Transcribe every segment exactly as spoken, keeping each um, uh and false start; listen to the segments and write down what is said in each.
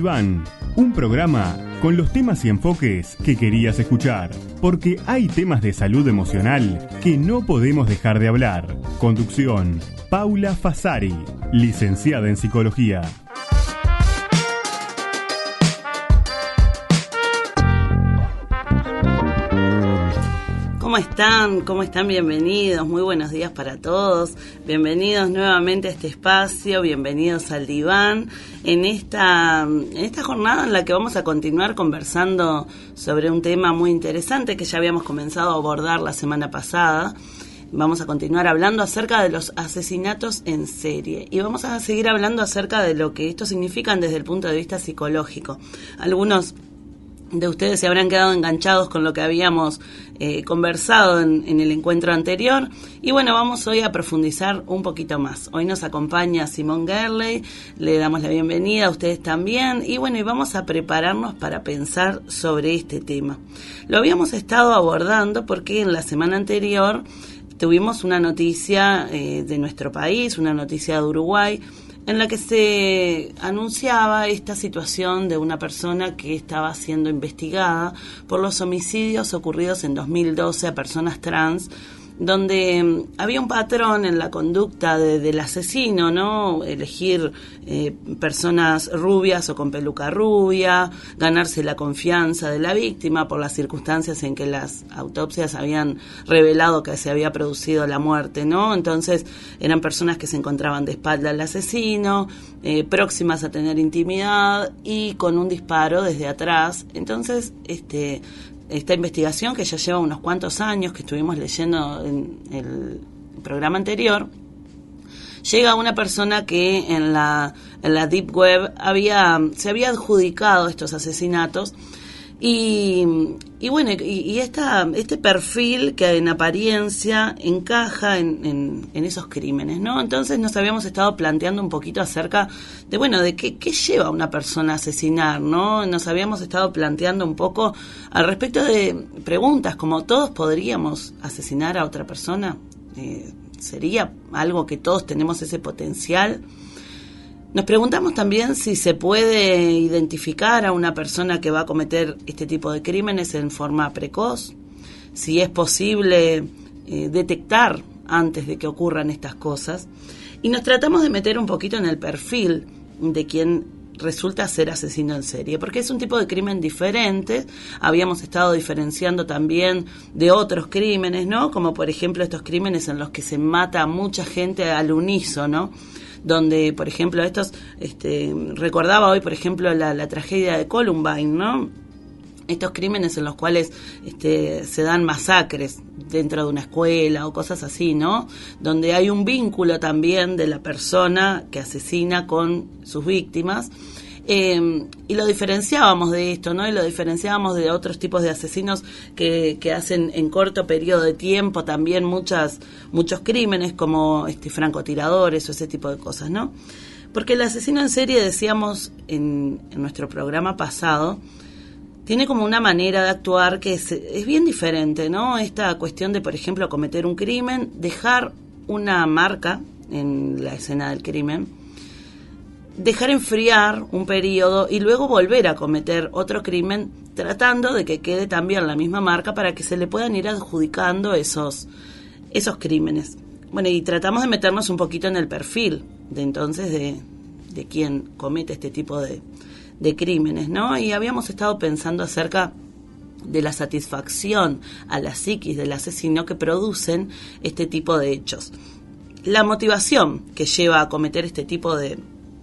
Diván, un programa con los temas y enfoques que querías escuchar, porque hay temas de salud emocional que no podemos dejar de hablar. Conducción, Paula Fasari, licenciada en Psicología. ¿Cómo están? ¿Cómo están? Bienvenidos, muy buenos días para todos. Bienvenidos nuevamente a este espacio, bienvenidos al Diván. En esta, en esta jornada en la que vamos a continuar conversando sobre un tema muy interesante que ya habíamos comenzado a abordar la semana pasada. Vamos a continuar hablando acerca de los asesinatos en serie y vamos a seguir hablando acerca de lo que estos significan desde el punto de vista psicológico. Algunos de ustedes se habrán quedado enganchados con lo que habíamos eh, conversado en, en el encuentro anterior y bueno, vamos hoy a profundizar un poquito más. Hoy nos acompaña Simone Gerley, le damos la bienvenida a ustedes también y bueno, y vamos a prepararnos para pensar sobre este tema. Lo habíamos estado abordando porque en la semana anterior tuvimos una noticia eh, de nuestro país, una noticia de Uruguay, en la que se anunciaba esta situación de una persona que estaba siendo investigada por los homicidios ocurridos en dos mil doce a personas trans, donde había un patrón en la conducta de, del asesino, ¿no? Elegir eh, personas rubias o con peluca rubia, ganarse la confianza de la víctima por las circunstancias en que las autopsias habían revelado que se había producido la muerte, ¿no? Entonces eran personas que se encontraban de espalda al asesino, eh, próximas a tener intimidad y con un disparo desde atrás. Entonces, este esta investigación que ya lleva unos cuantos años, que estuvimos leyendo en el programa anterior, llega a una persona que en la, en la Deep Web había, se había adjudicado estos asesinatos y, y bueno, y, y esta, este perfil que en apariencia encaja en, en, en esos crímenes, ¿no? Entonces nos habíamos estado planteando un poquito acerca de, bueno, de qué, qué lleva a una persona a asesinar, ¿no? Nos habíamos estado planteando un poco al respecto de preguntas como, ¿todos podríamos asesinar a otra persona? Eh, ¿Sería algo que todos tenemos ese potencial? Nos preguntamos también si se puede identificar a una persona que va a cometer este tipo de crímenes en forma precoz, si es posible eh, detectar antes de que ocurran estas cosas, y nos tratamos de meter un poquito en el perfil de quien resulta ser asesino en serie, porque es un tipo de crimen diferente. Habíamos estado diferenciando también de otros crímenes, ¿no? Como por ejemplo estos crímenes en los que se mata a mucha gente al unísono, donde, por ejemplo, estos, este, recordaba hoy, por ejemplo, la, la tragedia de Columbine, ¿no? Estos crímenes en los cuales este, se dan masacres dentro de una escuela o cosas así, ¿no? Donde hay un vínculo también de la persona que asesina con sus víctimas. Eh, y lo diferenciábamos de esto, ¿no? Y lo diferenciábamos de otros tipos de asesinos que, que hacen en corto periodo de tiempo también muchas, muchos crímenes, como este, francotiradores o ese tipo de cosas, ¿no? Porque el asesino en serie, decíamos en, en nuestro programa pasado, tiene como una manera de actuar que es, es bien diferente, ¿no? Esta cuestión de, por ejemplo, cometer un crimen, dejar una marca en la escena del crimen, dejar enfriar un periodo y luego volver a cometer otro crimen tratando de que quede también la misma marca para que se le puedan ir adjudicando esos, esos crímenes. Bueno, y tratamos de meternos un poquito en el perfil de entonces de, de quien comete este tipo de, de crímenes, ¿no? Y habíamos estado pensando acerca de la satisfacción a la psiquis del asesino que producen este tipo de hechos. La motivación que lleva a cometer este tipo de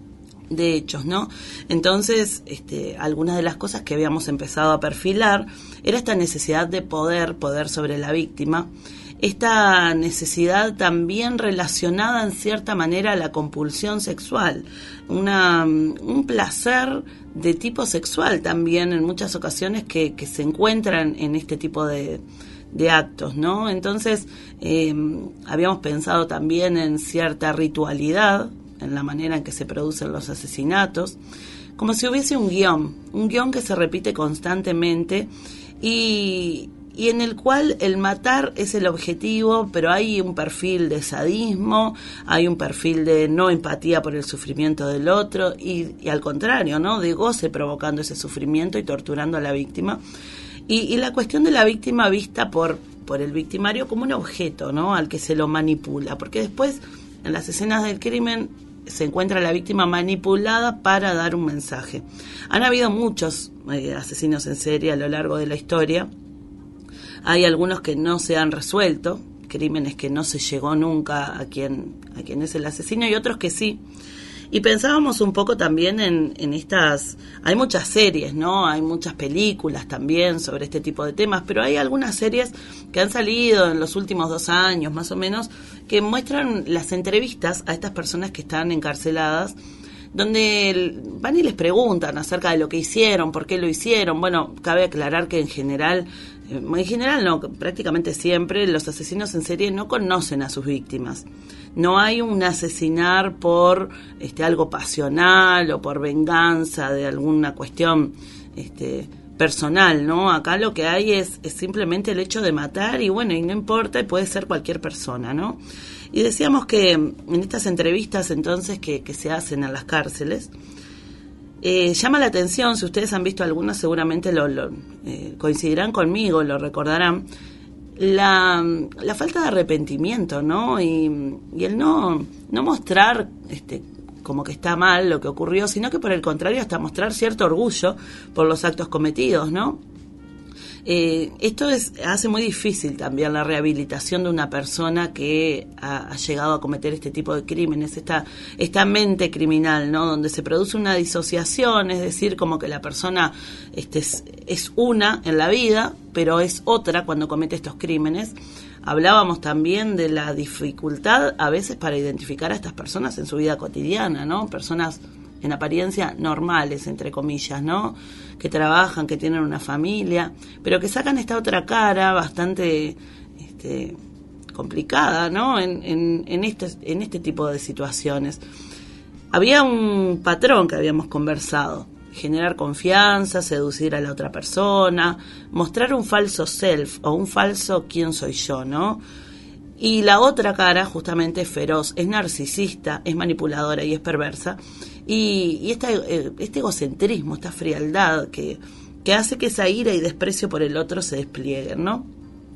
de hechos, ¿no? Entonces, este, algunas de las cosas que habíamos empezado a perfilar era esta necesidad de poder, poder sobre la víctima, esta necesidad también relacionada en cierta manera a la compulsión sexual, una, un placer de tipo sexual también en muchas ocasiones que, que se encuentran en este tipo de, de actos, ¿no? Entonces, eh, habíamos pensado también en cierta ritualidad, en la manera en que se producen los asesinatos, como si hubiese un guión, un guión que se repite constantemente y, y en el cual el matar es el objetivo, pero hay un perfil de sadismo, hay un perfil de no empatía por el sufrimiento del otro, y, y al contrario, ¿no? De goce provocando ese sufrimiento y torturando a la víctima. Y, y la cuestión de la víctima vista por, por el victimario como un objeto, ¿no? Al que se lo manipula, porque después en las escenas del crimen se encuentra la víctima manipulada para dar un mensaje. Han habido muchos eh, asesinos en serie a lo largo de la historia. Hay algunos que no se han resuelto, crímenes que no se llegó nunca a quien, a quien es el asesino, y otros que sí. Y pensábamos un poco también en, en estas... Hay muchas series, ¿no? Hay muchas películas también sobre este tipo de temas, pero hay algunas series que han salido en los últimos dos años, más o menos, que muestran las entrevistas a estas personas que están encarceladas, donde van y les preguntan acerca de lo que hicieron, por qué lo hicieron. Bueno, cabe aclarar que en general... En general no, prácticamente siempre los asesinos en serie no conocen a sus víctimas. No hay un asesinar por este, algo pasional o por venganza de alguna cuestión este, personal, ¿no? Acá lo que hay es, es simplemente el hecho de matar y bueno, y no importa, y puede ser cualquier persona, ¿no? Y decíamos que en estas entrevistas entonces que, que se hacen en las cárceles, Eh, llama la atención, si ustedes han visto algunas seguramente lo, lo eh, coincidirán conmigo, lo recordarán, la, la falta de arrepentimiento, ¿no? Y, y el no, no mostrar este, como que está mal lo que ocurrió, sino que por el contrario hasta mostrar cierto orgullo por los actos cometidos, ¿no? Eh, esto es, hace muy difícil también la rehabilitación de una persona que ha, ha llegado a cometer este tipo de crímenes, esta, esta mente criminal, ¿no? Donde se produce una disociación, es decir, como que la persona este, es, es una en la vida, pero es otra cuando comete estos crímenes. Hablábamos también de la dificultad a veces para identificar a estas personas en su vida cotidiana, ¿no? Personas en apariencia normales, entre comillas, ¿no? Que trabajan, que tienen una familia, pero que sacan esta otra cara bastante este, complicada, ¿no? En, en, en, este, en este tipo de situaciones. Había un patrón que habíamos conversado: generar confianza, seducir a la otra persona, mostrar un falso self o un falso quién soy yo, ¿no? Y la otra cara justamente es feroz, es narcisista, es manipuladora y es perversa. Y, y esta, este egocentrismo, esta frialdad que, que hace que esa ira y desprecio por el otro se desplieguen, ¿no?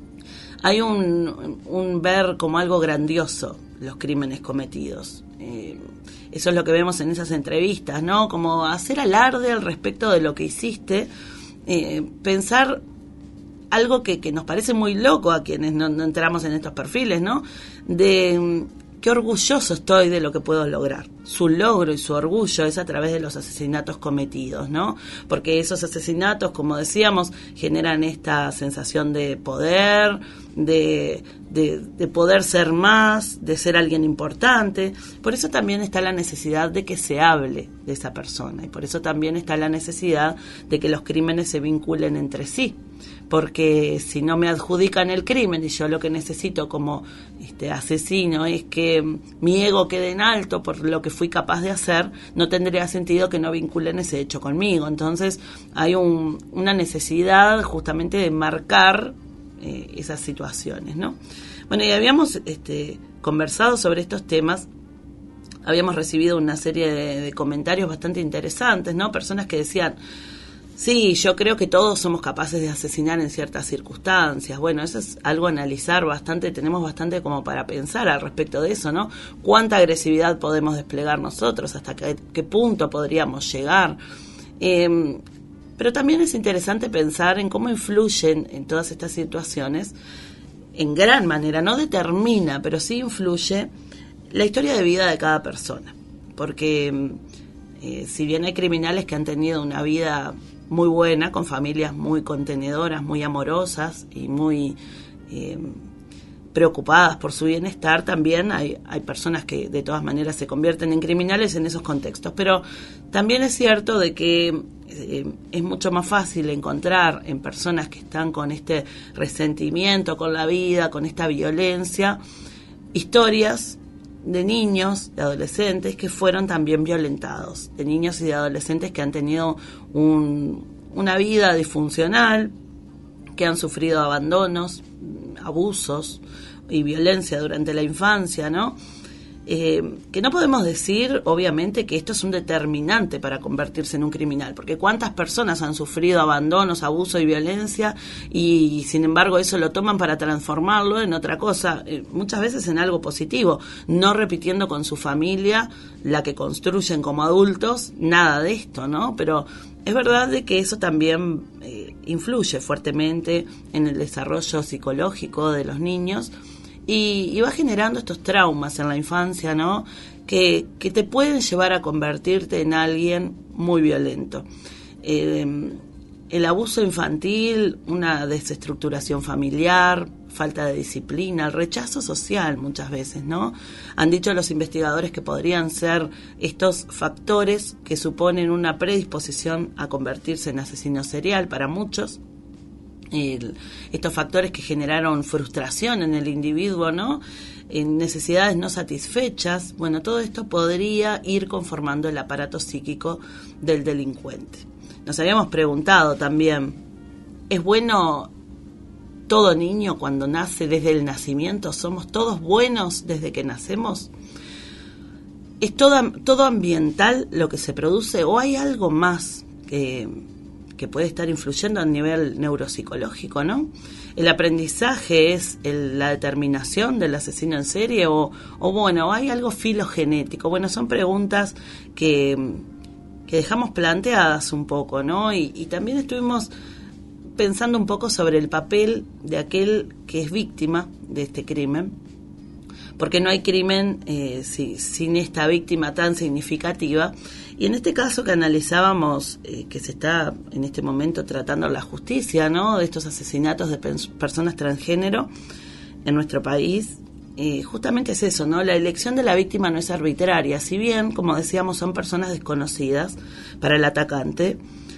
Hay un, un ver como algo grandioso los crímenes cometidos. Eh, eso es lo que vemos en esas entrevistas, ¿no? Como hacer alarde al respecto de lo que hiciste, eh, pensar algo que, que nos parece muy loco a quienes no, no entramos en estos perfiles, ¿no? De qué orgulloso estoy de lo que puedo lograr. Su logro y su orgullo es a través de los asesinatos cometidos, ¿no? Porque esos asesinatos, como decíamos, generan esta sensación de poder, de, de, de poder ser más, de ser alguien importante. Por eso también está la necesidad de que se hable de esa persona, y por eso también está la necesidad de que los crímenes se vinculen entre sí. Porque si no me adjudican el crimen y yo lo que necesito como este asesino es que mi ego quede en alto por lo que fui capaz de hacer, no tendría sentido que no vinculen ese hecho conmigo. Entonces hay un, una necesidad justamente de marcar eh, esas situaciones, ¿no? Bueno, y habíamos este, conversado sobre estos temas. Habíamos recibido una serie de, de comentarios bastante interesantes, ¿no? Personas que decían: sí, yo creo que todos somos capaces de asesinar en ciertas circunstancias. Bueno, eso es algo a analizar bastante, tenemos bastante como para pensar al respecto de eso, ¿no? ¿Cuánta agresividad podemos desplegar nosotros? ¿Hasta qué, qué punto podríamos llegar? Eh, pero también es interesante pensar en cómo influyen en todas estas situaciones, en gran manera, no determina, pero sí influye la historia de vida de cada persona. Porque eh, si bien hay criminales que han tenido una vida muy buena, con familias muy contenedoras, muy amorosas y muy eh, preocupadas por su bienestar, también hay, hay personas que de todas maneras se convierten en criminales en esos contextos. Pero también es cierto de que eh, es mucho más fácil encontrar en personas que están con este resentimiento con la vida, con esta violencia, historias de niños, de adolescentes que fueron también violentados, de niños y de adolescentes que han tenido un, una vida disfuncional, que han sufrido abandonos, abusos y violencia durante la infancia, ¿no? Eh, que no podemos decir, obviamente, que esto es un determinante para convertirse en un criminal, porque cuántas personas han sufrido abandonos, abuso y violencia y, sin embargo, eso lo toman para transformarlo en otra cosa, eh, muchas veces en algo positivo, no repitiendo con su familia la que construyen como adultos, nada de esto, ¿no? Pero es verdad de que eso también eh, influye fuertemente en el desarrollo psicológico de los niños. Y, y va generando estos traumas en la infancia, ¿no? Que, que te pueden llevar a convertirte en alguien muy violento. Eh, el abuso infantil, una desestructuración familiar, falta de disciplina, el rechazo social muchas veces, ¿no? Han dicho los investigadores que podrían ser estos factores que suponen una predisposición a convertirse en asesino serial para muchos. El, estos factores que generaron frustración en el individuo, ¿no? En necesidades no satisfechas, bueno, todo esto podría ir conformando el aparato psíquico del delincuente. Nos habíamos preguntado también, ¿es bueno todo niño cuando nace desde el nacimiento? ¿Somos todos buenos desde que nacemos? ¿Es todo, todo ambiental lo que se produce o hay algo más que... que puede estar influyendo a nivel neuropsicológico, ¿no? ¿El aprendizaje es el, la determinación del asesino en serie o, o, bueno, hay algo filogenético? Bueno, son preguntas que, que dejamos planteadas un poco, ¿no? Y, y también estuvimos pensando un poco sobre el papel de aquel que es víctima de este crimen, porque no hay crimen eh, si, sin esta víctima tan significativa. Y en este caso que analizábamos, eh, que se está en este momento tratando la justicia, ¿no? De estos asesinatos de pens- personas transgénero en nuestro país, eh, justamente es eso, ¿no? La elección de la víctima no es arbitraria. Si bien, como decíamos, son personas desconocidas para el atacante,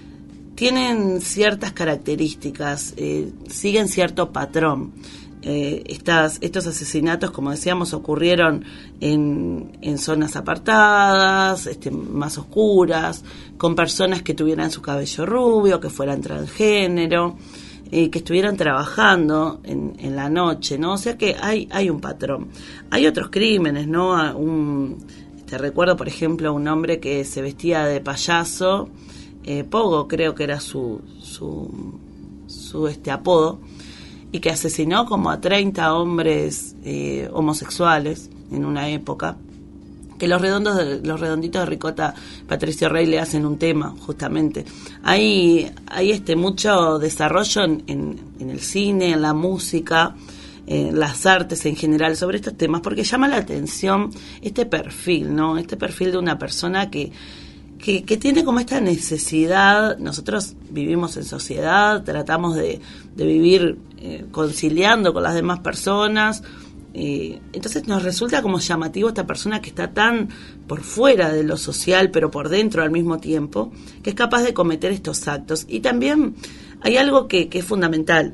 tienen ciertas características, eh, siguen cierto patrón. Eh, estas, estos asesinatos, como decíamos, ocurrieron en, en zonas apartadas, este, más oscuras, con personas que tuvieran su cabello rubio, que fueran transgénero, eh, que estuvieran trabajando en, en la noche, ¿no? O sea que hay, hay un patrón. Hay otros crímenes, ¿no? Un, te recuerdo, por ejemplo, un hombre que se vestía de payaso, eh, Pogo creo que era su, su, su este apodo, y que asesinó como a treinta hombres eh, homosexuales en una época, que los redondos de, los redonditos de ricota, Patricio Rey le hacen un tema, justamente. Hay, hay este mucho desarrollo en, en, en el cine, en la música, en las artes en general, sobre estos temas, porque llama la atención este perfil, ¿no? Este perfil de una persona que Que, que tiene como esta necesidad. Nosotros vivimos en sociedad, tratamos de, de vivir eh, conciliando con las demás personas, eh, entonces nos resulta como llamativo esta persona que está tan por fuera de lo social, pero por dentro al mismo tiempo, que es capaz de cometer estos actos. Y también hay algo que, que es fundamental.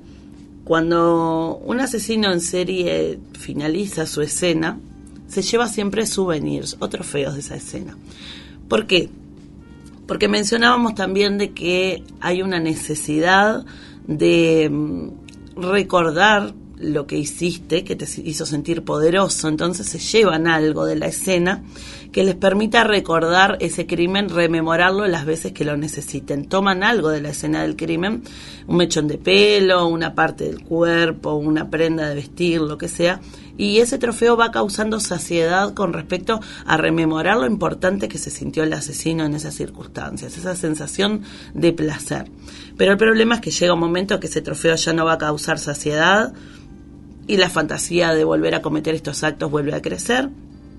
Cuando un asesino en serie finaliza su escena, se lleva siempre souvenirs o trofeos de esa escena. ¿Por qué? Porque mencionábamos también de que hay una necesidad de recordar lo que hiciste, que te hizo sentir poderoso, entonces se llevan algo de la escena que les permita recordar ese crimen, rememorarlo las veces que lo necesiten. Toman algo de la escena del crimen, un mechón de pelo, una parte del cuerpo, una prenda de vestir, lo que sea, y ese trofeo va causando saciedad con respecto a rememorar lo importante que se sintió el asesino en esas circunstancias, esa sensación de placer. Pero el problema es que llega un momento que ese trofeo ya no va a causar saciedad y la fantasía de volver a cometer estos actos vuelve a crecer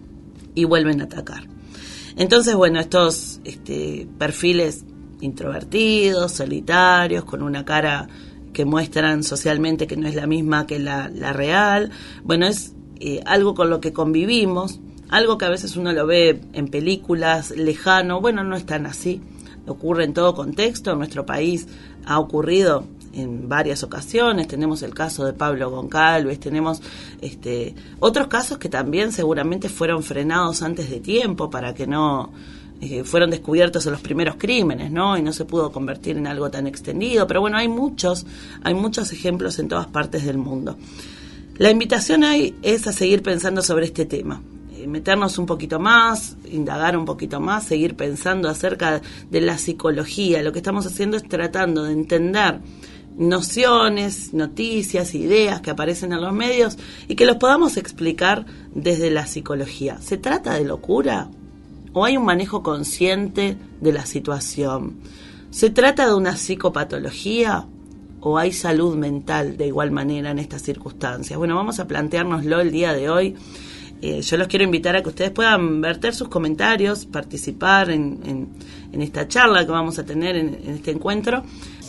y vuelven a atacar. Entonces, bueno, estos este, perfiles introvertidos, solitarios, con una cara que muestran socialmente que no es la misma que la, la real, bueno, es eh, algo con lo que convivimos, algo que a veces uno lo ve en películas, lejano, bueno, no es tan así, ocurre en todo contexto, en nuestro país ha ocurrido en varias ocasiones, tenemos el caso de Pablo Goncalves, tenemos este, otros casos que también seguramente fueron frenados antes de tiempo para que no eh, fueron descubiertos en los primeros crímenes, ¿no? Y no se pudo convertir en algo tan extendido, pero bueno, hay muchos, hay muchos ejemplos en todas partes del mundo. La invitación hoy es a seguir pensando sobre este tema, eh, meternos un poquito más, indagar un poquito más, seguir pensando acerca de la psicología. Lo que estamos haciendo es tratando de entender nociones, noticias, ideas que aparecen en los medios y que los podamos explicar desde la psicología. ¿Se trata de locura o hay un manejo consciente de la situación? ¿Se trata de una psicopatología o hay salud mental de igual manera en estas circunstancias? Bueno, vamos a planteárnoslo el día de hoy. Eh, yo los quiero invitar a que ustedes puedan verter sus comentarios, participar en, en, en esta charla que vamos a tener en, en este encuentro.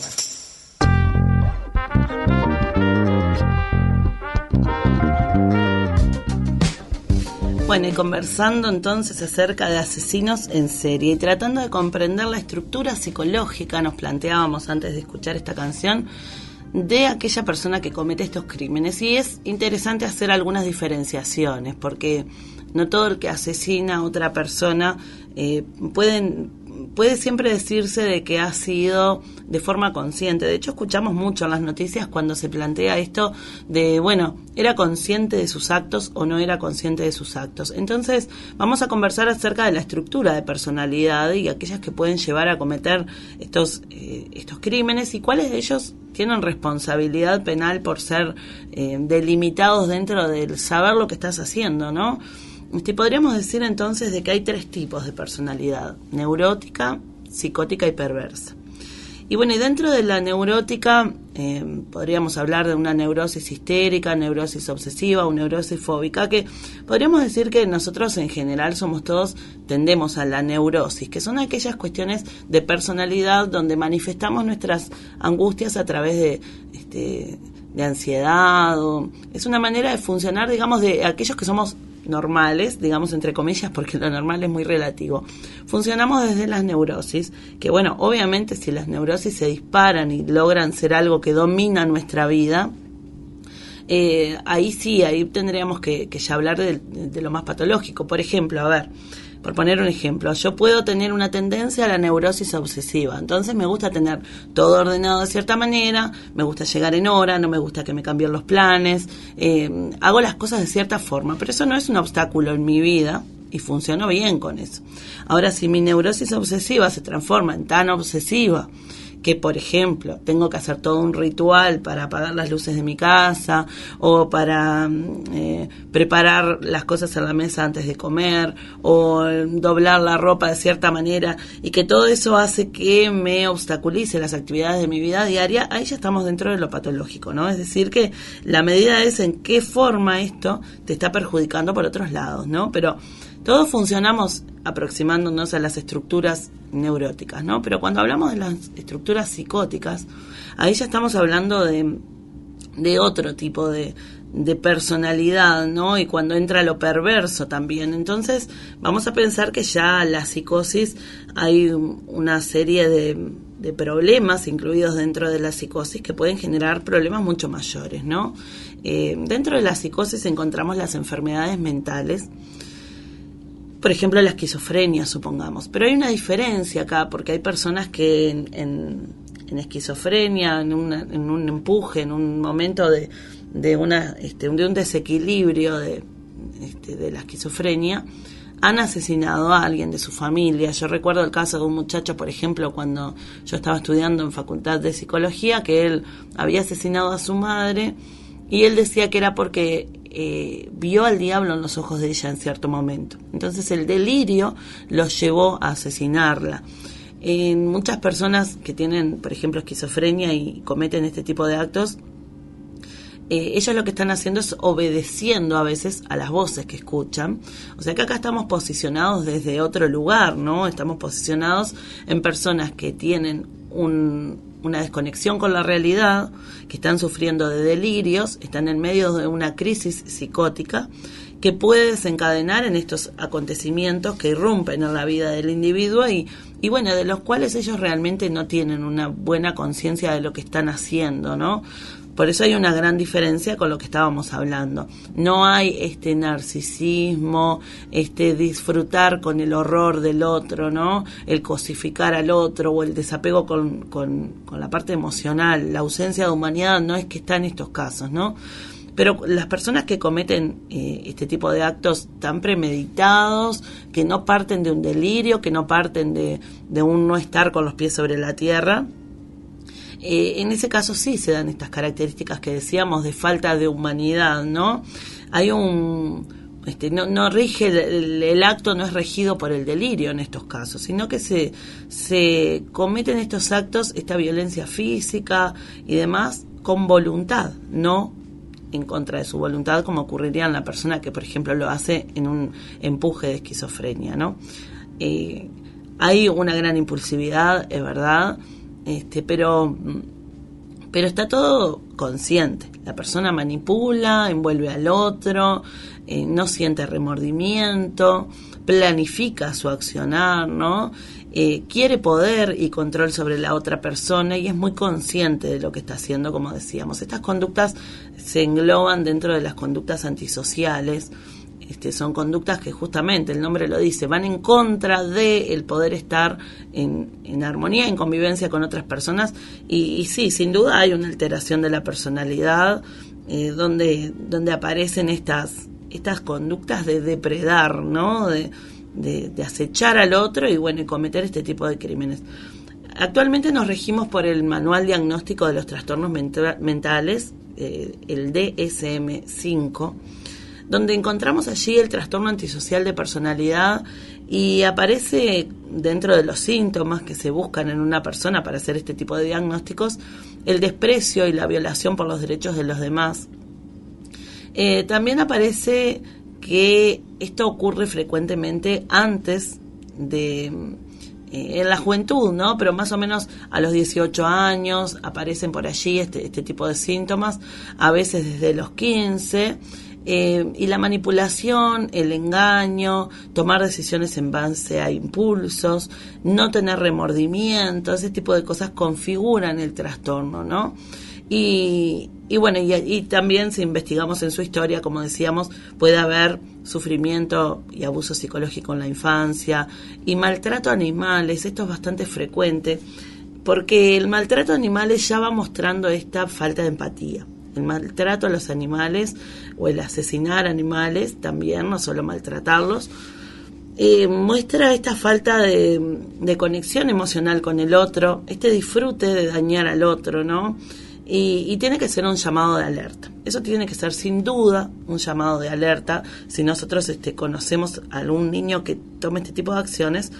Bueno, y conversando entonces acerca de asesinos en serie y tratando de comprender la estructura psicológica, nos planteábamos antes de escuchar esta canción, de aquella persona que comete estos crímenes. Y es interesante hacer algunas diferenciaciones, porque no todo el que asesina a otra persona eh, pueden... puede siempre decirse de que ha sido de forma consciente. De hecho, escuchamos mucho en las noticias cuando se plantea esto de, bueno, ¿era consciente de sus actos o no era consciente de sus actos? Entonces, vamos a conversar acerca de la estructura de personalidad y aquellas que pueden llevar a cometer estos, eh, estos crímenes y cuáles de ellos tienen responsabilidad penal por ser eh, delimitados dentro del saber lo que estás haciendo, ¿no? Este, podríamos decir entonces de que hay tres tipos de personalidad: neurótica, psicótica y perversa. Y bueno, y dentro de la neurótica eh, podríamos hablar de una neurosis histérica, neurosis obsesiva o neurosis fóbica, que podríamos decir que nosotros en general somos todos, tendemos a la neurosis, que son aquellas cuestiones de personalidad donde manifestamos nuestras angustias a través de... este de ansiedad, o es una manera de funcionar, digamos, de aquellos que somos normales, digamos entre comillas, porque lo normal es muy relativo. Funcionamos desde las neurosis, que bueno, obviamente si las neurosis se disparan y logran ser algo que domina nuestra vida, eh, ahí sí, ahí tendríamos que, que ya hablar de, de lo más patológico. Por ejemplo, a ver, por poner un ejemplo, yo puedo tener una tendencia a la neurosis obsesiva, entonces me gusta tener todo ordenado de cierta manera, me gusta llegar en hora, no me gusta que me cambien los planes, eh, hago las cosas de cierta forma, pero eso no es un obstáculo en mi vida y funciono bien con eso. Ahora, si mi neurosis obsesiva se transforma en tan obsesiva que, por ejemplo, tengo que hacer todo un ritual para apagar las luces de mi casa o para eh, preparar las cosas en la mesa antes de comer o doblar la ropa de cierta manera, y que todo eso hace que me obstaculice las actividades de mi vida diaria, ahí ya estamos dentro de lo patológico, ¿no? Es decir, que la medida es en qué forma esto te está perjudicando por otros lados, ¿no? Pero todos funcionamos aproximándonos a las estructuras neuróticas, ¿no? Pero cuando hablamos de las estructuras psicóticas, ahí ya estamos hablando de, de otro tipo de, de personalidad, ¿no? Y cuando entra lo perverso también. Entonces, vamos a pensar que ya la psicosis hay una serie de, de problemas incluidos dentro de la psicosis que pueden generar problemas mucho mayores, ¿no? Eh, dentro de la psicosis encontramos las enfermedades mentales. Por ejemplo, la esquizofrenia, supongamos. Pero hay una diferencia acá, porque hay personas que en, en, en esquizofrenia, en, una, en un empuje, en un momento de, de, una, este, de un desequilibrio de, este, de la esquizofrenia, han asesinado a alguien de su familia. Yo recuerdo el caso de un muchacho, por ejemplo, cuando yo estaba estudiando en Facultad de Psicología, que él había asesinado a su madre, y él decía que era porque eh, vio al diablo en los ojos de ella en cierto momento. Entonces el delirio los llevó a asesinarla. En muchas personas que tienen, por ejemplo, esquizofrenia y cometen este tipo de actos, eh, ellos lo que están haciendo es obedeciendo a veces a las voces que escuchan. O sea que acá estamos posicionados desde otro lugar, ¿no? Estamos posicionados en personas que tienen un... una desconexión con la realidad, que están sufriendo de delirios, están en medio de una crisis psicótica que puede desencadenar en estos acontecimientos que irrumpen en la vida del individuo y, y bueno, de los cuales ellos realmente no tienen una buena conciencia de lo que están haciendo, ¿no? Por eso hay una gran diferencia con lo que estábamos hablando. No hay este narcisismo, este disfrutar con el horror del otro, ¿no? El cosificar al otro o el desapego con, con, con la parte emocional. La ausencia de humanidad no es que está en estos casos, ¿no? Pero las personas que cometen eh, este tipo de actos tan premeditados, que no parten de un delirio, que no parten de, de un no estar con los pies sobre la tierra, eh, en ese caso sí se dan estas características que decíamos de falta de humanidad, ¿no? Hay un... Este, no, no rige el, el acto, no es regido por el delirio en estos casos, sino que se, se cometen estos actos, esta violencia física y demás, con voluntad, no en contra de su voluntad, como ocurriría en la persona que, por ejemplo, lo hace en un empuje de esquizofrenia, ¿no? Eh, hay una gran impulsividad, es verdad, este, pero, pero está todo consciente. La persona manipula, envuelve al otro, eh, no siente remordimiento, planifica su accionar, ¿no? Eh, quiere poder y control sobre la otra persona y es muy consciente de lo que está haciendo, como decíamos. Estas conductas se engloban dentro de las conductas antisociales. Este, son conductas que justamente, el nombre lo dice, van en contra de el poder estar en, en armonía, en convivencia con otras personas. Y, y sí, sin duda hay una alteración de la personalidad eh, donde, donde aparecen estas, estas conductas de depredar, ¿no? De, De, de acechar al otro y bueno y cometer este tipo de crímenes. Actualmente nos regimos por el Manual Diagnóstico de los Trastornos Menta- Mentales, eh, el D S M cinco, donde encontramos allí el trastorno antisocial de personalidad y aparece dentro de los síntomas que se buscan en una persona para hacer este tipo de diagnósticos el desprecio y la violación por los derechos de los demás. Eh, también aparece que esto ocurre frecuentemente antes de eh, en la juventud, ¿no? Pero más o menos a los dieciocho años aparecen por allí este, este tipo de síntomas, a veces desde los quince, eh, y la manipulación, el engaño, tomar decisiones en base a impulsos, no tener remordimiento, ese tipo de cosas configuran el trastorno, ¿no? Y, y bueno, y, y también si investigamos en su historia, como decíamos, puede haber sufrimiento y abuso psicológico en la infancia y maltrato a animales. Esto es bastante frecuente porque el maltrato a animales ya va mostrando esta falta de empatía. El maltrato a los animales o el asesinar animales también, no solo maltratarlos, eh, muestra esta falta de, de conexión emocional con el otro, este disfrute de dañar al otro, ¿no? Y, y tiene que ser un llamado de alerta. Eso tiene que ser sin duda un llamado de alerta. Si nosotros este, conocemos a algún niño que tome este tipo de acciones,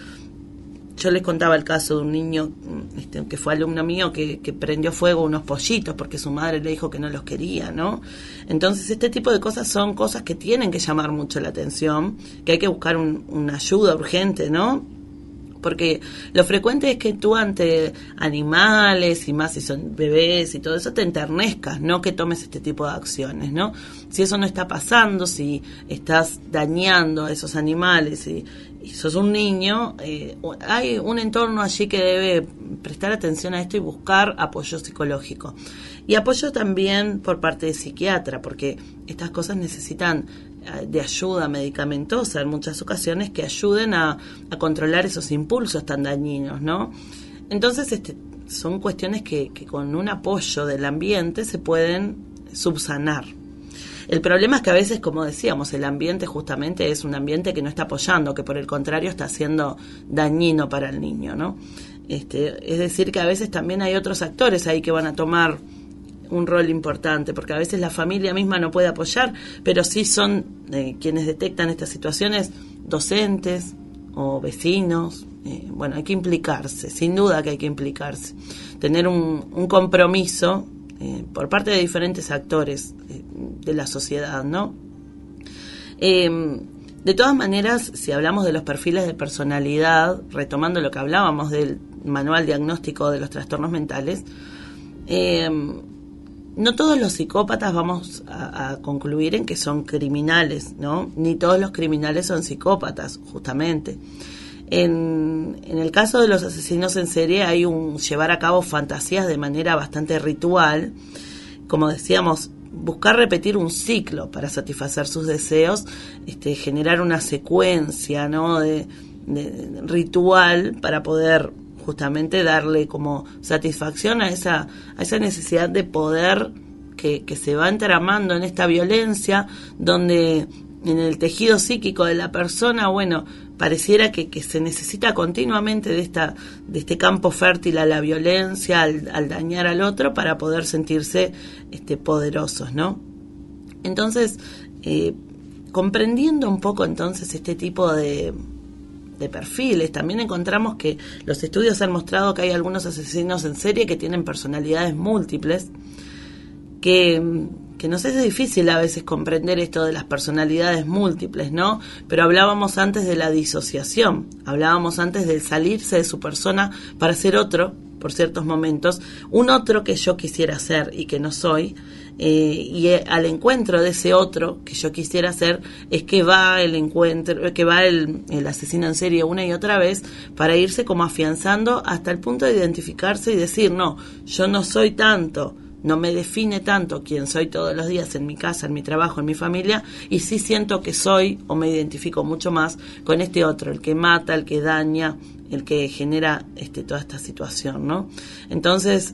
yo les contaba el caso de un niño este, que fue alumno mío que, que prendió fuego unos pollitos porque su madre le dijo que no los quería, ¿no? Entonces este tipo de cosas son cosas que tienen que llamar mucho la atención, que hay que buscar un, una ayuda urgente, ¿no? Porque lo frecuente es que tú ante animales y más si son bebés y todo eso te enternezcas, no que tomes este tipo de acciones, ¿no? Si eso no está pasando, si estás dañando a esos animales y, y sos un niño, eh, hay un entorno allí que debe prestar atención a esto y buscar apoyo psicológico. Y apoyo también por parte de psiquiatra, porque estas cosas necesitan de ayuda medicamentosa en muchas ocasiones que ayuden a, a controlar esos impulsos tan dañinos, ¿no? Entonces este, son cuestiones que, que con un apoyo del ambiente se pueden subsanar. El problema es que a veces, como decíamos, el ambiente justamente es un ambiente que no está apoyando, que por el contrario está siendo dañino para el niño, ¿no? Este, es decir, que a veces también hay otros actores ahí que van a tomar un rol importante, porque a veces la familia misma no puede apoyar, pero sí son eh, quienes detectan estas situaciones, docentes o vecinos. Eh, bueno, hay que implicarse, sin duda que hay que implicarse, tener un, un compromiso eh, por parte de diferentes actores eh, de la sociedad, ¿no? Eh, de todas maneras, si hablamos de los perfiles de personalidad, retomando lo que hablábamos del Manual Diagnóstico de los Trastornos Mentales, eh, no todos los psicópatas vamos a, a concluir en que son criminales, ¿no? Ni todos los criminales son psicópatas, justamente. En, en el caso de los asesinos en serie hay un llevar a cabo fantasías de manera bastante ritual, como decíamos, buscar repetir un ciclo para satisfacer sus deseos, este, generar una secuencia, ¿no?, de, de ritual para poder justamente darle como satisfacción a esa, a esa necesidad de poder que, que se va entramando en esta violencia, donde en el tejido psíquico de la persona, bueno, pareciera que, que se necesita continuamente de esta de este campo fértil a la violencia, al, al dañar al otro, para poder sentirse este, poderosos, ¿no? Entonces, eh, comprendiendo un poco entonces este tipo de, de perfiles, también encontramos que los estudios han mostrado que hay algunos asesinos en serie que tienen personalidades múltiples, que... que nos es difícil a veces comprender esto de las personalidades múltiples, ¿no? Pero hablábamos antes de la disociación, hablábamos antes de salirse de su persona para ser otro, por ciertos momentos, un otro que yo quisiera ser y que no soy, eh, y al encuentro de ese otro que yo quisiera ser es que va el encuentro, que va el, el asesino en serie una y otra vez para irse como afianzando hasta el punto de identificarse y decir, no, yo no soy tanto, no me define tanto quién soy todos los días en mi casa, en mi trabajo, en mi familia, y sí siento que soy o me identifico mucho más con este otro, el que mata, el que daña, el que genera este, toda esta situación, ¿no? Entonces,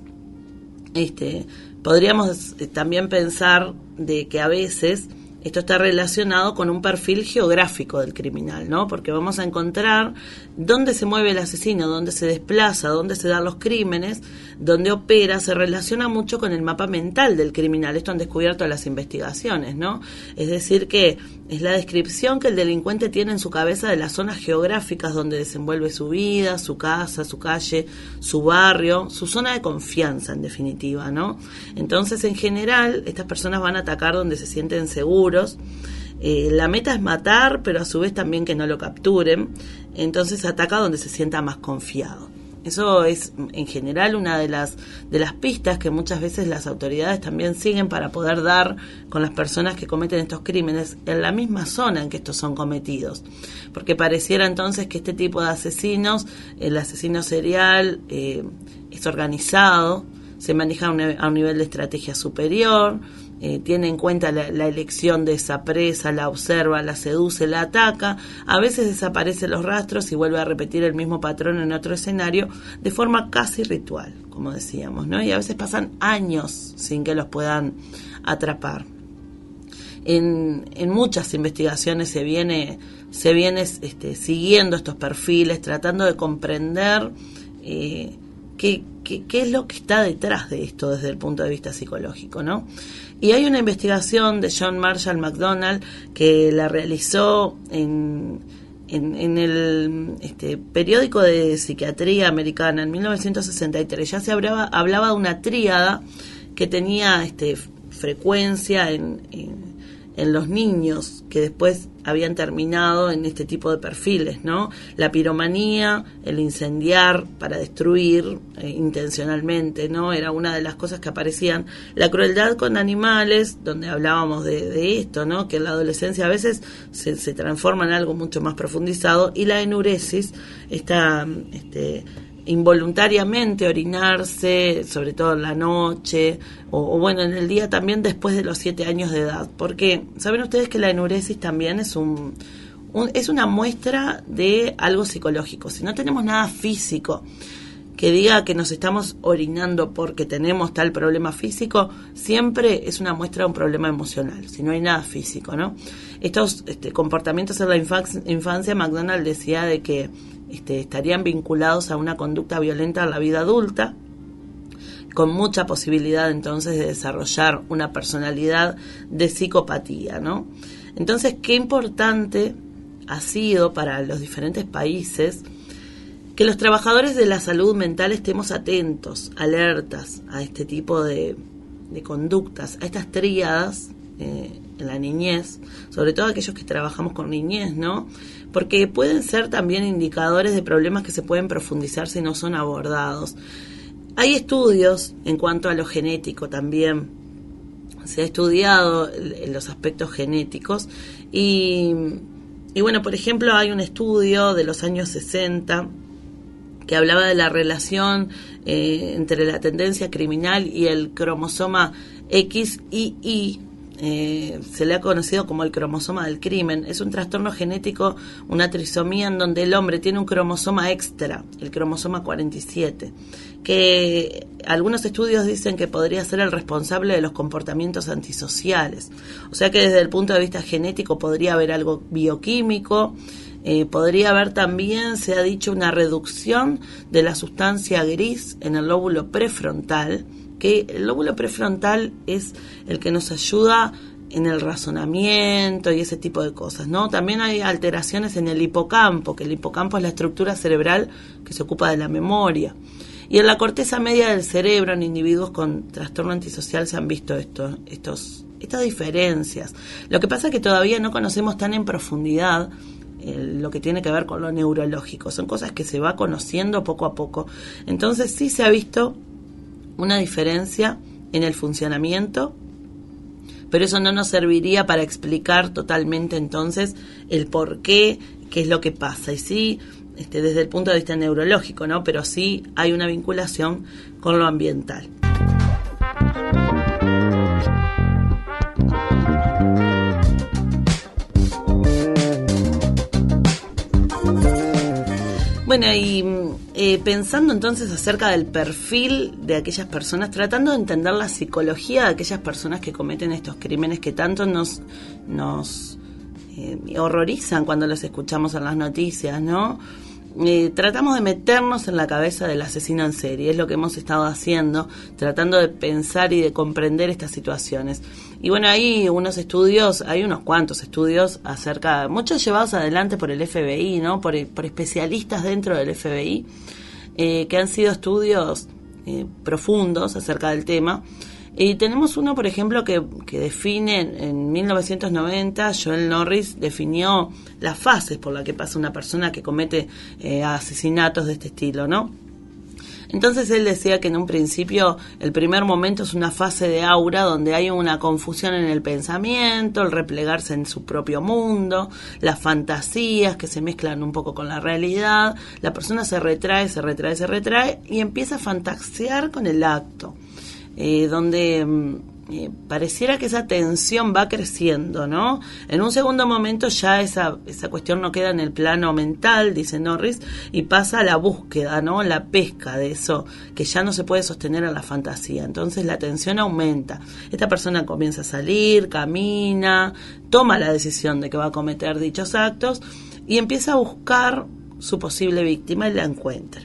este, podríamos también pensar de que a veces esto está relacionado con un perfil geográfico del criminal, ¿no? Porque vamos a encontrar dónde se mueve el asesino, dónde se desplaza, dónde se dan los crímenes, dónde opera, se relaciona mucho con el mapa mental del criminal. Esto han descubierto las investigaciones, ¿no? Es decir, que es la descripción que el delincuente tiene en su cabeza de las zonas geográficas donde desenvuelve su vida, su casa, su calle, su barrio, su zona de confianza, en definitiva, ¿no? Entonces, en general, estas personas van a atacar donde se sienten seguros. Eh, la meta es matar, pero a su vez también que no lo capturen. Entonces ataca donde se sienta más confiado. Eso es en general una de las de las pistas que muchas veces las autoridades también siguen para poder dar con las personas que cometen estos crímenes en la misma zona en que estos son cometidos. Porque pareciera entonces que este tipo de asesinos, el asesino serial, eh, es organizado, se maneja a un, a un nivel de estrategia superior, eh, tiene en cuenta la, la elección de esa presa, la observa, la seduce, la ataca, a veces desaparecen los rastros y vuelve a repetir el mismo patrón en otro escenario de forma casi ritual, como decíamos, ¿no? Y a veces pasan años sin que los puedan atrapar. En, en muchas investigaciones se viene, se viene este, siguiendo estos perfiles, tratando de comprender eh, qué, qué, qué es lo que está detrás de esto desde el punto de vista psicológico, ¿no? Y hay una investigación de John Marshall McDonald que la realizó en, en, en el este, periódico de psiquiatría americana en mil novecientos sesenta y tres. Ya se hablaba, hablaba de una tríada que tenía este, frecuencia en, en en los niños que después habían terminado en este tipo de perfiles, ¿no? La piromanía, el incendiar para destruir eh, intencionalmente, ¿no? Era una de las cosas que aparecían. La crueldad con animales, donde hablábamos de, de esto, ¿no? Que en la adolescencia a veces se, se transforma en algo mucho más profundizado. Y la enuresis, esta... este involuntariamente orinarse, sobre todo en la noche, o, o bueno, en el día también después de los siete años de edad, porque saben ustedes que la enuresis también es un, un es una muestra de algo psicológico. Si no tenemos nada físico que diga que nos estamos orinando porque tenemos tal problema físico, siempre es una muestra de un problema emocional, si no hay nada físico, ¿no? Estos este, comportamientos en la infancia, infancia, McDonald decía de que este, estarían vinculados a una conducta violenta en la vida adulta, con mucha posibilidad entonces de desarrollar una personalidad de psicopatía, ¿no? Entonces, qué importante ha sido para los diferentes países que los trabajadores de la salud mental estemos atentos, alertas a este tipo de, de conductas, a estas tríadas eh, en la niñez, sobre todo aquellos que trabajamos con niñez, ¿no? Porque pueden ser también indicadores de problemas que se pueden profundizar si no son abordados. Hay estudios en cuanto a lo genético también. Se ha estudiado los aspectos genéticos y, y bueno, por ejemplo, hay un estudio de los años sesenta que hablaba de la relación eh, entre la tendencia criminal y el cromosoma X I Y. Eh, se le ha conocido como el cromosoma del crimen. Es un trastorno genético, una trisomía en donde el hombre tiene un cromosoma extra, el cromosoma cuarenta y siete, que algunos estudios dicen que podría ser el responsable de los comportamientos antisociales. O sea que desde el punto de vista genético podría haber algo bioquímico, eh, podría haber también, se ha dicho, una reducción de la sustancia gris en el lóbulo prefrontal, que el lóbulo prefrontal es el que nos ayuda en el razonamiento y ese tipo de cosas, ¿no? También hay alteraciones en el hipocampo, que el hipocampo es la estructura cerebral que se ocupa de la memoria. Y en la corteza media del cerebro, en individuos con trastorno antisocial, se han visto estos, estos, estas diferencias. Lo que pasa es que todavía no conocemos tan en profundidad eh, lo que tiene que ver con lo neurológico. Son cosas que se va conociendo poco a poco. Entonces sí se ha visto una diferencia en el funcionamiento, pero eso no nos serviría para explicar totalmente entonces el por qué, qué es lo que pasa. Y sí, este, desde el punto de vista neurológico, ¿no? Pero sí hay una vinculación con lo ambiental. Bueno, y eh, pensando entonces acerca del perfil de aquellas personas, tratando de entender la psicología de aquellas personas que cometen estos crímenes que tanto nos, nos eh, horrorizan cuando los escuchamos en las noticias, ¿no? Eh, tratamos de meternos en la cabeza del asesino en serie, es lo que hemos estado haciendo, tratando de pensar y de comprender estas situaciones. Y bueno, hay unos estudios, hay unos cuantos estudios acerca, muchos llevados adelante por el F B I, ¿no? Por, por especialistas dentro del F B I, eh, que han sido estudios eh, profundos acerca del tema. Y tenemos uno, por ejemplo, que, que define, en mil novecientos noventa, Joel Norris definió las fases por las que pasa una persona que comete eh, asesinatos de este estilo, ¿no? Entonces él decía que en un principio el primer momento es una fase de aura donde hay una confusión en el pensamiento, el replegarse en su propio mundo, las fantasías que se mezclan un poco con la realidad, la persona se retrae, se retrae, se retrae y empieza a fantasear con el acto. Eh, donde eh, pareciera que esa tensión va creciendo, ¿no? En un segundo momento ya esa, esa cuestión no queda en el plano mental, dice Norris, y pasa a la búsqueda, ¿no? La pesca de eso que ya no se puede sostener a la fantasía. Entonces la tensión aumenta. Esta persona comienza a salir, camina, toma la decisión de que va a cometer dichos actos y empieza a buscar su posible víctima y la encuentra.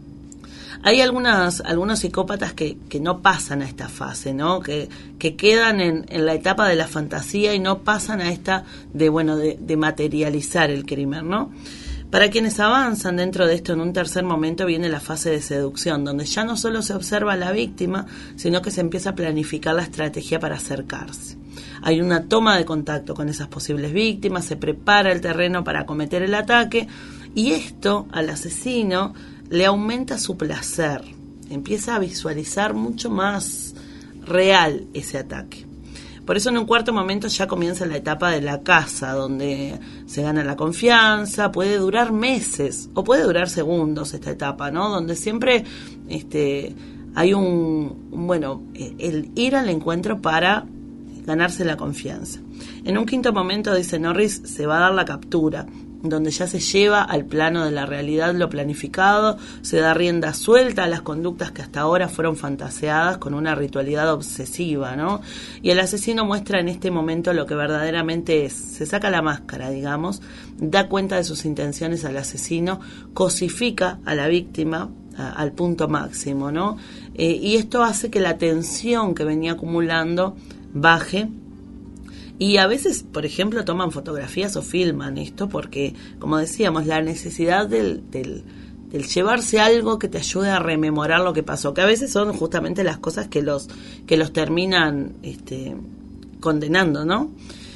Hay algunas, algunos psicópatas que, que no pasan a esta fase, ¿no? Que, que quedan en, en la etapa de la fantasía y no pasan a esta de, bueno, de, de materializar el crimen, ¿no? Para quienes avanzan dentro de esto, en un tercer momento viene la fase de seducción, donde ya no solo se observa a la víctima, sino que se empieza a planificar la estrategia para acercarse. Hay una toma de contacto con esas posibles víctimas, se prepara el terreno para cometer el ataque, y esto al asesino le aumenta su placer, empieza a visualizar mucho más real ese ataque. Por eso en un cuarto momento ya comienza la etapa de la caza, donde se gana la confianza, puede durar meses o puede durar segundos esta etapa, ¿no? Donde siempre este, hay un, un, bueno, el ir al encuentro para ganarse la confianza. En un quinto momento, dice Norris, se va a dar la captura, donde ya se lleva al plano de la realidad lo planificado, se da rienda suelta a las conductas que hasta ahora fueron fantaseadas con una ritualidad obsesiva, ¿no? Y el asesino muestra en este momento lo que verdaderamente es, se saca la máscara, digamos, da cuenta de sus intenciones al asesino, cosifica a la víctima a, al punto máximo, ¿no? Eh, y esto hace que la tensión que venía acumulando baje. Y a veces, por ejemplo, toman fotografías o filman esto porque, como decíamos, la necesidad del, del, del llevarse algo que te ayude a rememorar lo que pasó, que a veces son justamente las cosas que los, que los terminan este, condenando, ¿no?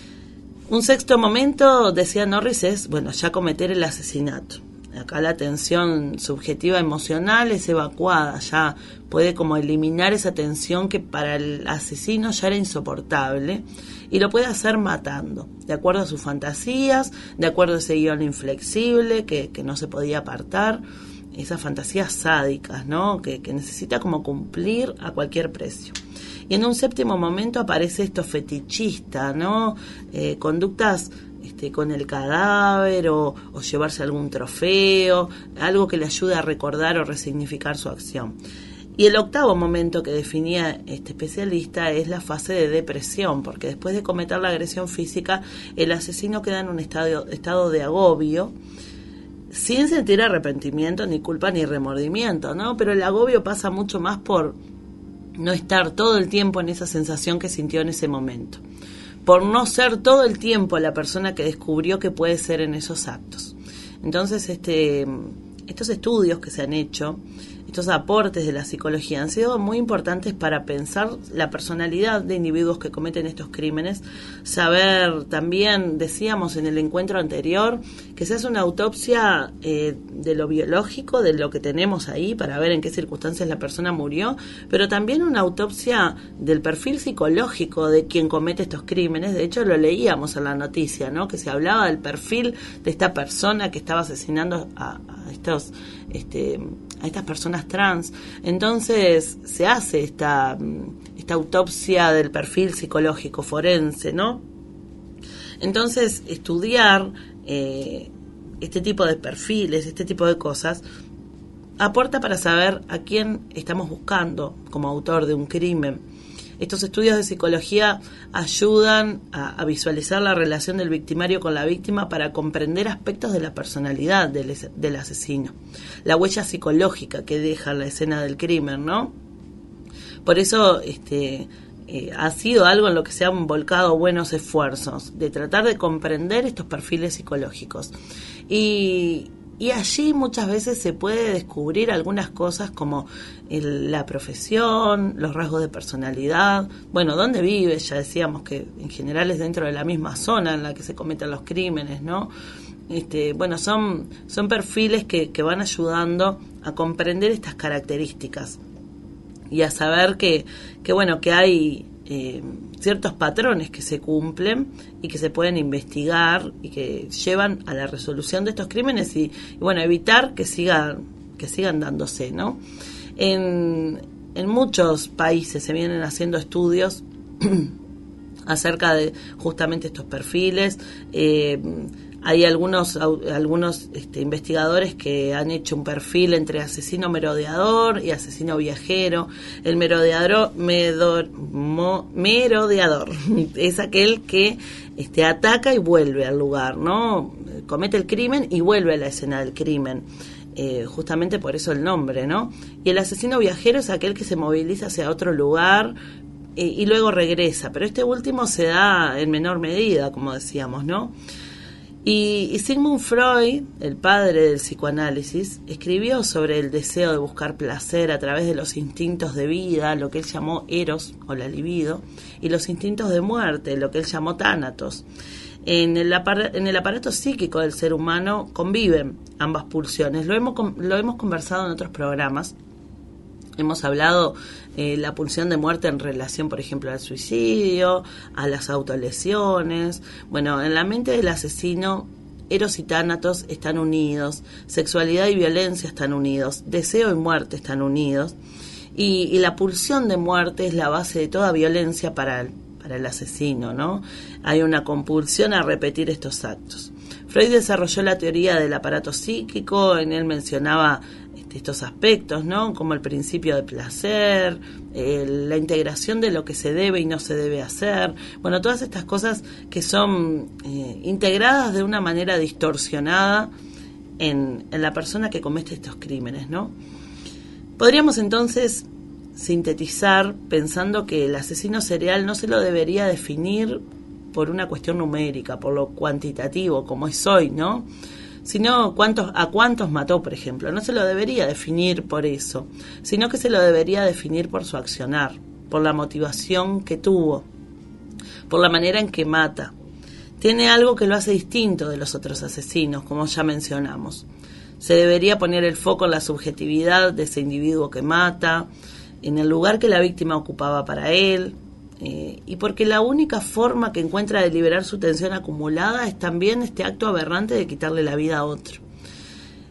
Un sexto momento, decía Norris, es, bueno, ya cometer el asesinato. Acá la tensión subjetiva emocional es evacuada, ya puede como eliminar esa tensión que para el asesino ya era insoportable y lo puede hacer matando, de acuerdo a sus fantasías, de acuerdo a ese guión inflexible que, que no se podía apartar. esas fantasías sádicas, ¿no? Que, que necesita como cumplir a cualquier precio. Y en un séptimo momento aparece esto fetichista, ¿no? Eh, conductas este, con el cadáver o, o llevarse algún trofeo, algo que le ayude a recordar o resignificar su acción. Y el octavo momento que definía este especialista es la fase de depresión, porque después de cometer la agresión física, el asesino queda en un estado, estado de agobio, sin sentir arrepentimiento, ni culpa, ni remordimiento, ¿no? Pero el agobio pasa mucho más por no estar todo el tiempo en esa sensación que sintió en ese momento, por no ser todo el tiempo la persona que descubrió que puede ser en esos actos. Entonces, este, estos estudios que se han hecho, estos aportes de la psicología han sido muy importantes para pensar la personalidad de individuos que cometen estos crímenes, saber también, decíamos en el encuentro anterior, que se hace una autopsia eh, de lo biológico, de lo que tenemos ahí, para ver en qué circunstancias la persona murió, pero también una autopsia del perfil psicológico de quien comete estos crímenes. De hecho, lo leíamos en la noticia, ¿no? Que se hablaba del perfil de esta persona que estaba asesinando a, a estos... este a estas personas trans. Entonces se hace esta, esta autopsia del perfil psicológico forense, ¿no? Entonces estudiar eh, este tipo de perfiles, este tipo de cosas, aporta para saber a quién estamos buscando como autor de un crimen. Estos estudios de psicología ayudan a, a visualizar la relación del victimario con la víctima para comprender aspectos de la personalidad del, del asesino, la huella psicológica que deja la escena del crimen, ¿no? Por eso este, eh, ha sido algo en lo que se han volcado buenos esfuerzos, de tratar de comprender estos perfiles psicológicos. Y... Y allí muchas veces se puede descubrir algunas cosas como el, la profesión, los rasgos de personalidad, bueno, dónde vive, ya decíamos que en general es dentro de la misma zona en la que se cometen los crímenes, ¿no? Este, bueno, son, son perfiles que, que van ayudando a comprender estas características y a saber que, que bueno, que hay eh, ciertos patrones que se cumplen y que se pueden investigar y que llevan a la resolución de estos crímenes y, y bueno, evitar que sigan, que sigan dándose, ¿no? En, en muchos países se vienen haciendo estudios acerca de justamente estos perfiles. Eh, hay algunos algunos este, investigadores que han hecho un perfil entre asesino merodeador y asesino viajero. El merodeador medor, mo, merodeador es aquel que este, ataca y vuelve al lugar, ¿no? Comete el crimen y vuelve a la escena del crimen. Eh, justamente por eso el nombre, ¿no? Y el asesino viajero es aquel que se moviliza hacia otro lugar eh, y luego regresa, pero este último se da en menor medida, como decíamos, ¿no? Y, y Sigmund Freud, el padre del psicoanálisis, escribió sobre el deseo de buscar placer a través de los instintos de vida, lo que él llamó eros o la libido, y los instintos de muerte, lo que él llamó tánatos. En el, apar- en el aparato psíquico del ser humano conviven ambas pulsiones. Lo hemos, lo hemos conversado en otros programas. Hemos hablado eh, la pulsión de muerte en relación, por ejemplo, al suicidio, a las autolesiones. Bueno, en la mente del asesino, eros y tánatos están unidos, sexualidad y violencia están unidos, deseo y muerte están unidos, y, y la pulsión de muerte es la base de toda violencia para el, para el asesino, ¿no? Hay una compulsión a repetir estos actos. Freud desarrolló la teoría del aparato psíquico, en él mencionaba estos aspectos, ¿no? Como el principio de placer, eh, la integración de lo que se debe y no se debe hacer, bueno, todas estas cosas que son eh, integradas de una manera distorsionada en, en la persona que comete estos crímenes, ¿no? Podríamos entonces sintetizar pensando que el asesino serial no se lo debería definir por una cuestión numérica, por lo cuantitativo, como es hoy, ¿no? Sino cuántos, a cuántos mató, por ejemplo. No se lo debería definir por eso, sino que se lo debería definir por su accionar, por la motivación que tuvo, por la manera en que mata. Tiene algo que lo hace distinto de los otros asesinos, como ya mencionamos. Se debería poner el foco en la subjetividad de ese individuo que mata, en el lugar que la víctima ocupaba para él, Eh, y porque la única forma que encuentra de liberar su tensión acumulada es también este acto aberrante de quitarle la vida a otro.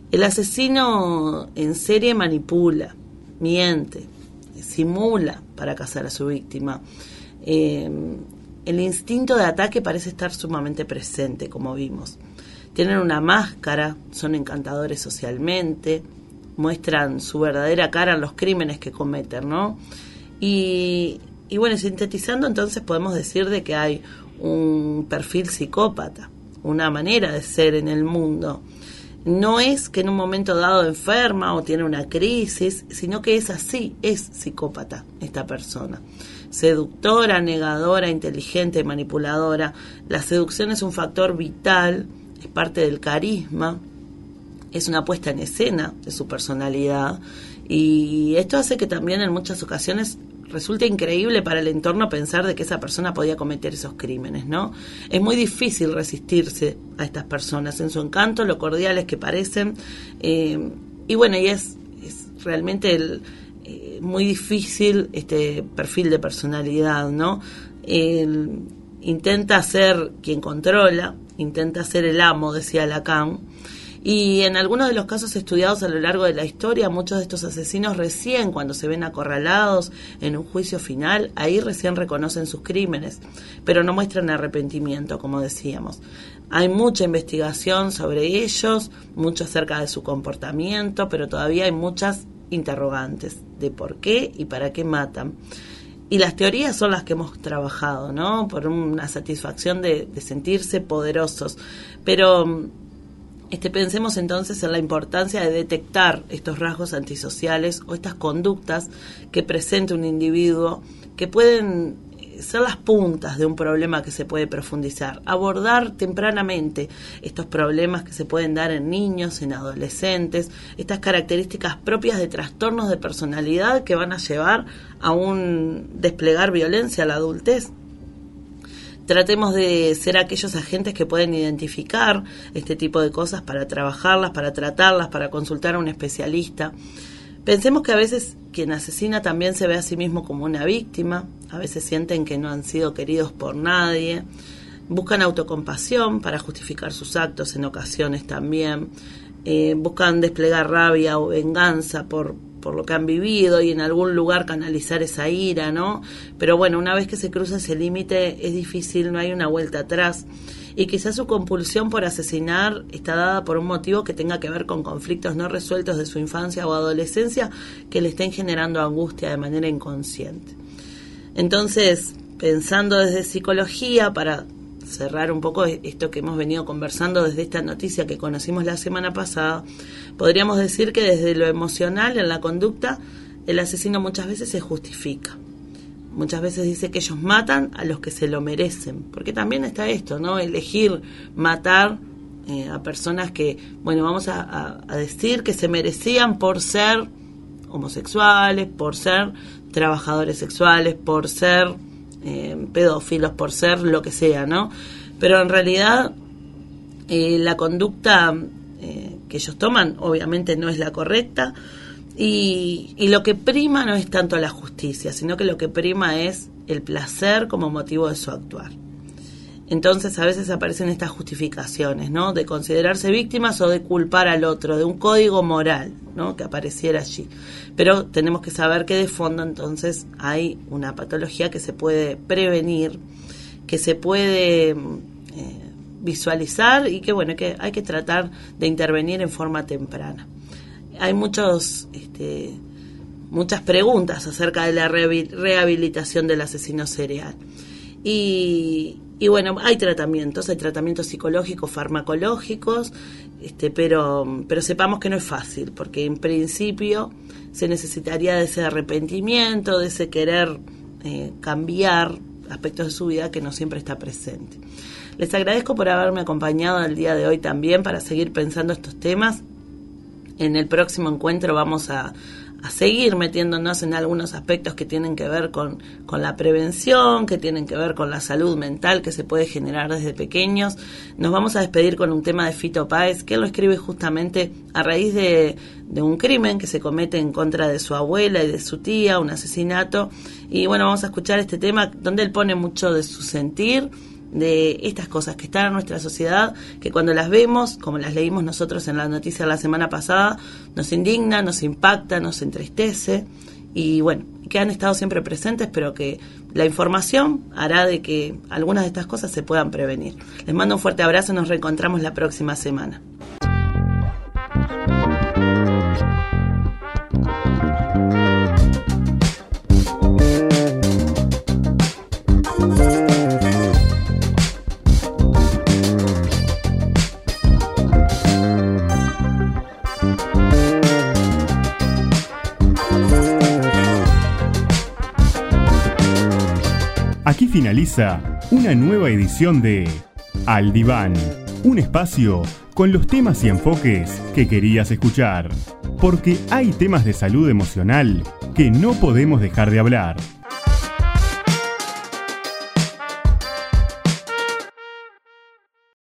El asesino en serie manipula, miente, simula para cazar a su víctima. Eh, el instinto de ataque parece estar sumamente presente, como vimos. Tienen una máscara, son encantadores socialmente, muestran su verdadera cara en los crímenes que cometen, ¿no? Y, y bueno, sintetizando, entonces podemos decir de que hay un perfil psicópata, una manera de ser en el mundo. No es que en un momento dado enferma o tiene una crisis, sino que es así, es psicópata esta persona. Seductora, negadora, inteligente, manipuladora. La seducción es un factor vital, es parte del carisma, es una puesta en escena de su personalidad, y esto hace que también en muchas ocasiones resulta increíble para el entorno pensar de que esa persona podía cometer esos crímenes, ¿no? Es muy difícil resistirse a estas personas en su encanto, lo cordiales que parecen, eh, y bueno, y es, es realmente el, eh, muy difícil este perfil de personalidad, ¿no? El, intenta ser quien controla, intenta ser el amo, decía Lacan. Y en algunos de los casos estudiados a lo largo de la historia, muchos de estos asesinos recién cuando se ven acorralados en un juicio final, ahí recién reconocen sus crímenes, pero no muestran arrepentimiento, como decíamos. Hay mucha investigación sobre ellos, mucho acerca de su comportamiento, pero todavía hay muchas interrogantes de por qué y para qué matan. Y las teorías son las que hemos trabajado, ¿no? Por una satisfacción de, de sentirse poderosos, pero Este, pensemos entonces en la importancia de detectar estos rasgos antisociales o estas conductas que presenta un individuo que pueden ser las puntas de un problema que se puede profundizar. Abordar tempranamente estos problemas que se pueden dar en niños, en adolescentes, estas características propias de trastornos de personalidad que van a llevar a un desplegar violencia a la adultez. Tratemos de ser aquellos agentes que pueden identificar este tipo de cosas para trabajarlas, para tratarlas, para consultar a un especialista. Pensemos que a veces quien asesina también se ve a sí mismo como una víctima, a veces sienten que no han sido queridos por nadie, buscan autocompasión para justificar sus actos en ocasiones también, eh, buscan desplegar rabia o venganza por por lo que han vivido y en algún lugar canalizar esa ira, ¿no? Pero bueno, una vez que se cruza ese límite es difícil, no hay una vuelta atrás. Y quizás su compulsión por asesinar está dada por un motivo que tenga que ver con conflictos no resueltos de su infancia o adolescencia que le estén generando angustia de manera inconsciente. Entonces, pensando desde psicología, para cerrar un poco esto que hemos venido conversando desde esta noticia que conocimos la semana pasada, podríamos decir que desde lo emocional en la conducta, el asesino muchas veces se justifica. Muchas veces dice que ellos matan a los que se lo merecen, porque también está esto, ¿no? Elegir matar eh, a personas que, bueno, vamos a, a, a decir que se merecían por ser homosexuales, por ser trabajadores sexuales, por ser Eh, pedófilos, por ser lo que sea, ¿no? Pero en realidad eh, la conducta eh, que ellos toman obviamente no es la correcta y, y lo que prima no es tanto la justicia, sino que lo que prima es el placer como motivo de su actuar. Entonces a veces aparecen estas justificaciones, ¿no? De considerarse víctimas o de culpar al otro, de un código moral, ¿no? Que apareciera allí. Pero tenemos que saber que de fondo entonces hay una patología que se puede prevenir, que se puede eh, visualizar y que bueno, que hay que tratar de intervenir en forma temprana. Hay muchos, este, muchas preguntas acerca de la rehabilitación del asesino serial. Y, y bueno, hay tratamientos, hay tratamientos psicológicos, farmacológicos, este, pero, pero sepamos que no es fácil, porque en principio se necesitaría de ese arrepentimiento, de ese querer eh, cambiar aspectos de su vida que no siempre está presente. Les agradezco por haberme acompañado el día de hoy también para seguir pensando estos temas. En el próximo encuentro vamos a, a seguir metiéndonos en algunos aspectos que tienen que ver con, con la prevención, que tienen que ver con la salud mental que se puede generar desde pequeños. Nos vamos a despedir con un tema de Fito Páez, que él lo escribe justamente a raíz de, de un crimen que se comete en contra de su abuela y de su tía, un asesinato. Y bueno, vamos a escuchar este tema donde él pone mucho de su sentir, de estas cosas que están en nuestra sociedad, que cuando las vemos, como las leímos nosotros en la noticia la semana pasada, nos indigna, nos impacta, nos entristece, y bueno, que han estado siempre presentes, pero que la información hará de que algunas de estas cosas se puedan prevenir. Les mando un fuerte abrazo y nos reencontramos la próxima semana. Aquí finaliza una nueva edición de Al Diván, un espacio con los temas y enfoques que querías escuchar, porque hay temas de salud emocional que no podemos dejar de hablar.